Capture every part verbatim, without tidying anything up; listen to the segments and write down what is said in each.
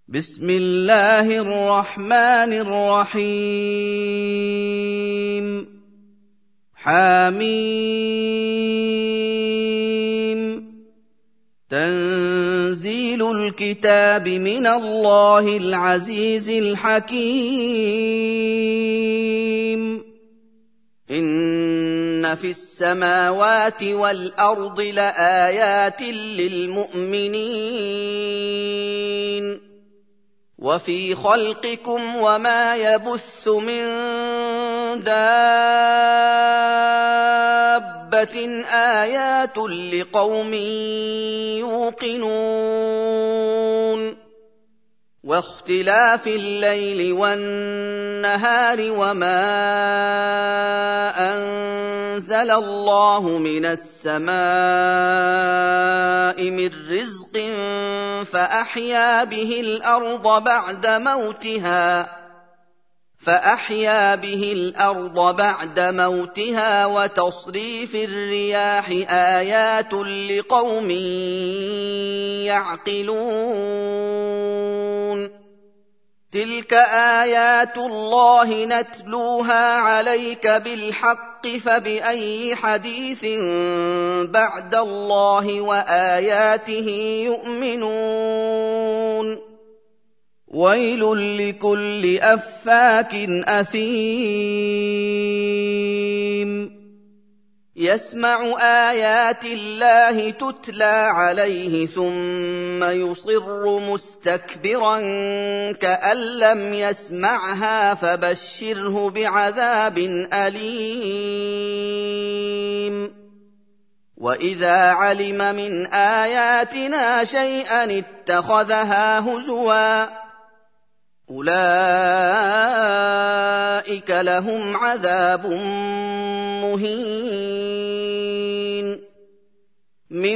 بسم الله الرحمن الرحيم حميم تنزيل الكتاب من الله العزيز الحكيم إن في السماوات والأرض لآيات للمؤمنين وفي خلقكم وما يبث من دابة آيات لقوم يوقنون واختلاف الليل والنهار وما أنزل الله من السماء من رزق فأحيا به الأرض بعد موتها فأحيا به الأرض بعد موتها وتصريف الرياح آيات لقوم يعقلون تلك آيات الله نتلوها عليك بالحق فبأي حديث بعد الله وآياته يؤمنون ويل لكل أفاك أثيم يسمع آيات الله تتلى عليه ثم يصر مستكبرا كأن لم يسمعها فبشره بعذاب أليم وإذا علم من آياتنا شيئا اتخذها هزوا أولئك لهم عذاب مهين من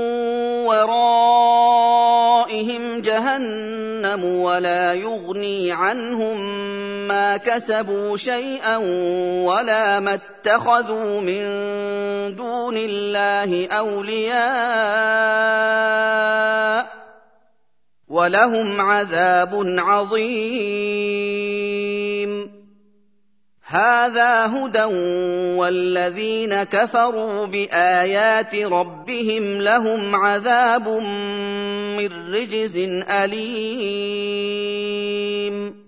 ورائهم جهنم ولا يغني عنهم ما كسبوا شيئا ولا ما اتخذوا من دون الله أولياء ولهم عذاب عظيم هذا هدى والذين كفروا بآيات ربهم لهم عذاب من رجز أليم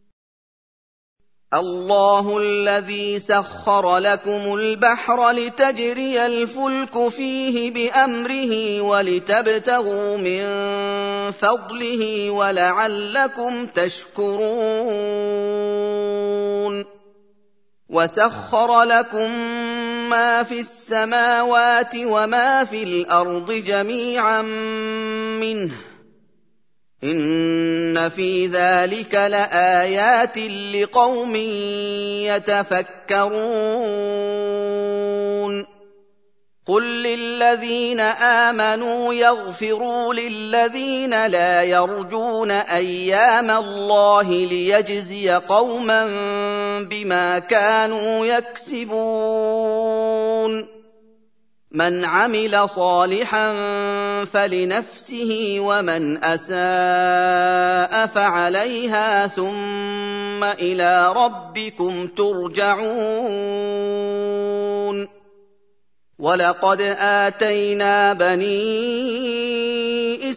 الله الذي سخر لكم البحر لتجري الفلك فيه بأمره ولتبتغوا من فضله ولعلكم تشكرون وسخر لكم ما في السماوات وما في الأرض جميعا منه إن في ذلك لآيات لقوم يتفكرون قل للذين آمنوا يغفروا للذين لا يرجون أيام الله ليجزي قوما بما كانوا يكسبون من عمل صالحا فلنفسه ومن أساء فعليها ثم إلى ربكم ترجعون ولقد آتينا بني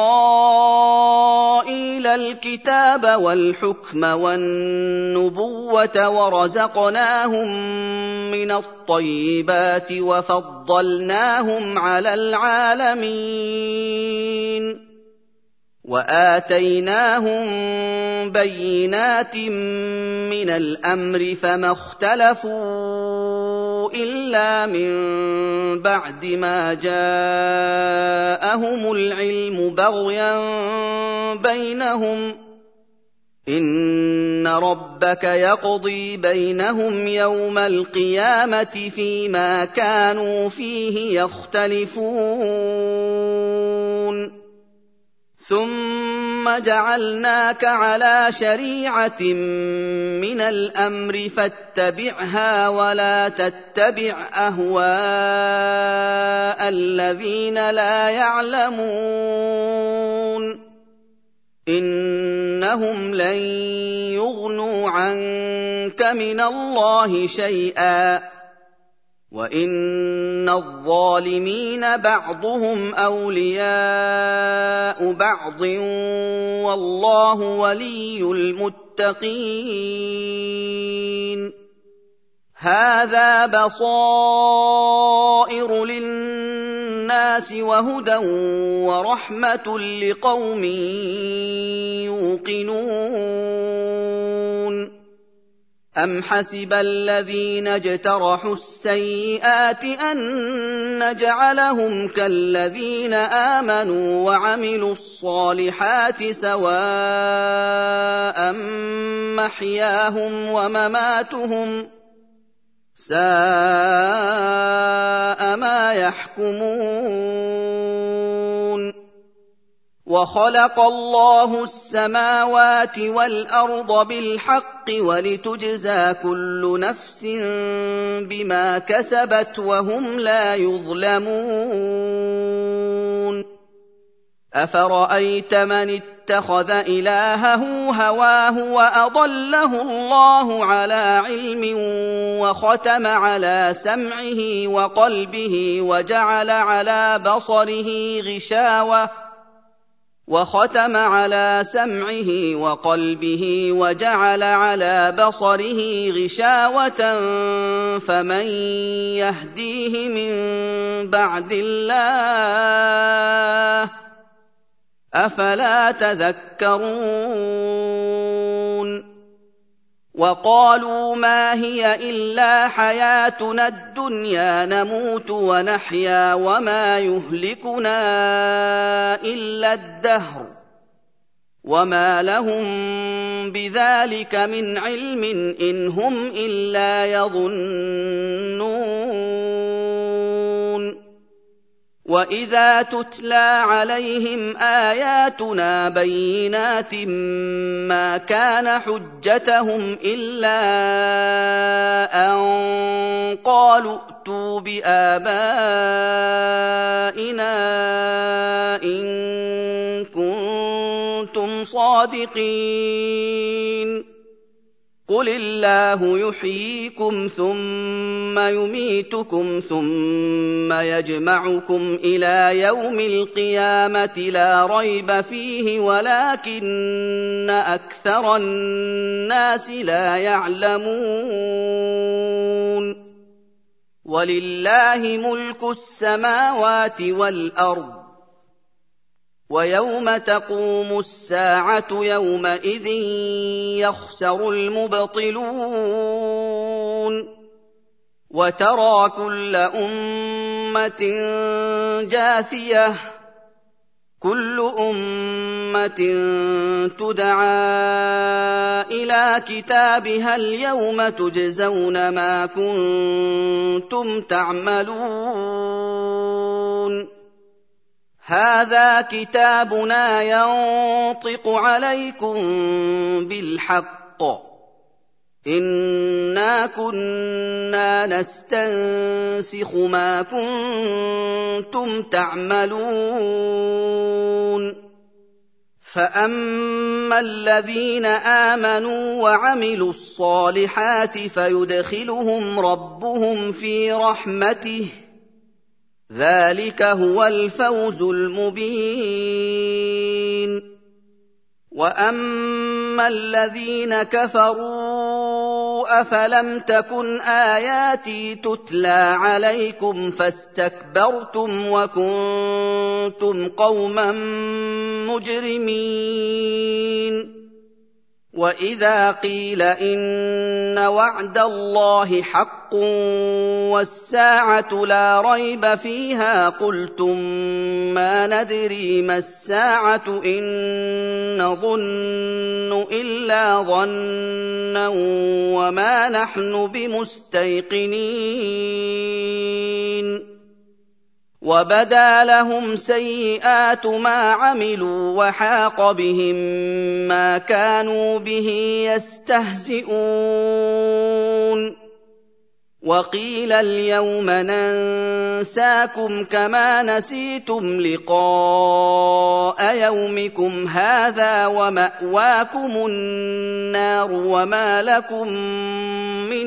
إسرائيل الكتاب والحكم والنبوة ورزقناهم من الطيبات وفضلناهم على العالمين وآتيناهم بينات من الأمر فما اختلفوا إلا من بعد ما جاءهم العلم بغيا بينهم إن ربك يقضي بينهم يوم القيامة فيما كانوا فيه يختلفون ثم جعلناك على شريعة من الأمر فاتبعها ولا تتبع أهواء الذين لا يعلمون إن إنهم لن يغنوا عنك من الله شيئا وإن الظالمين بعضهم أولياء بعض والله ولي المتقين هذا بصائر للناس وهدى ورحمة لقوم يوقنون أم حسب الذين اجترحوا السيئات أن نجعلهم كالذين آمنوا وعملوا الصالحات سواء محياهم ومماتهم ساء ما يحكمون وخلق الله السماوات والأرض بالحق ولتجزى كل نفس بما كسبت وهم لا يظلمون أفرأيت من اتخذ إلهه هواه وأضله الله على علم وختم على سمعه وقلبه وجعل على بصره غشاوة وختم على سمعه وقلبه وجعل على بصره غشاوة فمن يهديه من بعد الله أفلا تذكرون وقالوا ما هي إلا حياتنا الدنيا نموت ونحيا وما يهلكنا إلا الدهر وما لهم بذلك من علم إن هم إلا يظنون وإذا تتلى عليهم آياتنا بينات ما كان حجتهم إلا أن قالوا ائتوا بآبائنا إن كنتم صادقين قل الله يحييكم ثم يميتكم ثم يجمعكم إلى يوم القيامة لا ريب فيه ولكن أكثر الناس لا يعلمون ولله ملك السماوات والأرض ويوم تقوم الساعة يومئذ يخسر المبطلون وترى كل أمة جاثية كل أمة تدعى إلى كتابها اليوم تجزون ما كنتم تعملون هذا كتابنا ينطق عليكم بالحق إنا كنا نستنسخ ما كنتم تعملون فأما الذين آمنوا وعملوا الصالحات فيدخلهم ربهم في رحمته ذلك هو الفوز المبين وأما الذين كفروا أفلم تكن آياتي تتلى عليكم فاستكبرتم وكنتم قوما مجرمين وإذا قيل إن وعد الله حق والساعة لا ريب فيها قلتم ما ندري ما الساعة إن نظن إلا ظنا وما نحن بمستيقنين وبدا لهم سيئات ما عملوا وحاق بهم ما كانوا به يستهزئون وقيل اليوم ننساكم كما نسيتم لقاء يومكم هذا ومأواكم النار وما لكم من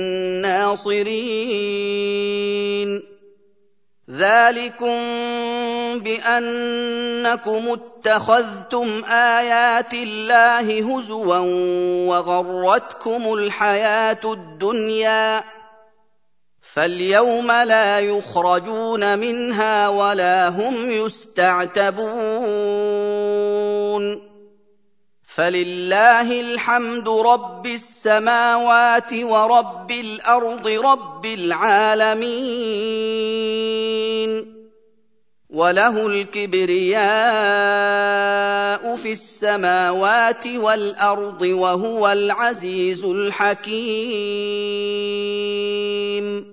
ناصرين ذلكم بأنكم اتخذتم آيات الله هزوا وغرتكم الحياة الدنيا فاليوم لا يخرجون منها ولا هم يستعتبون فلله الحمد رب السماوات ورب الأرض رب العالمين وله الكبرياء في السماوات والأرض وهو العزيز الحكيم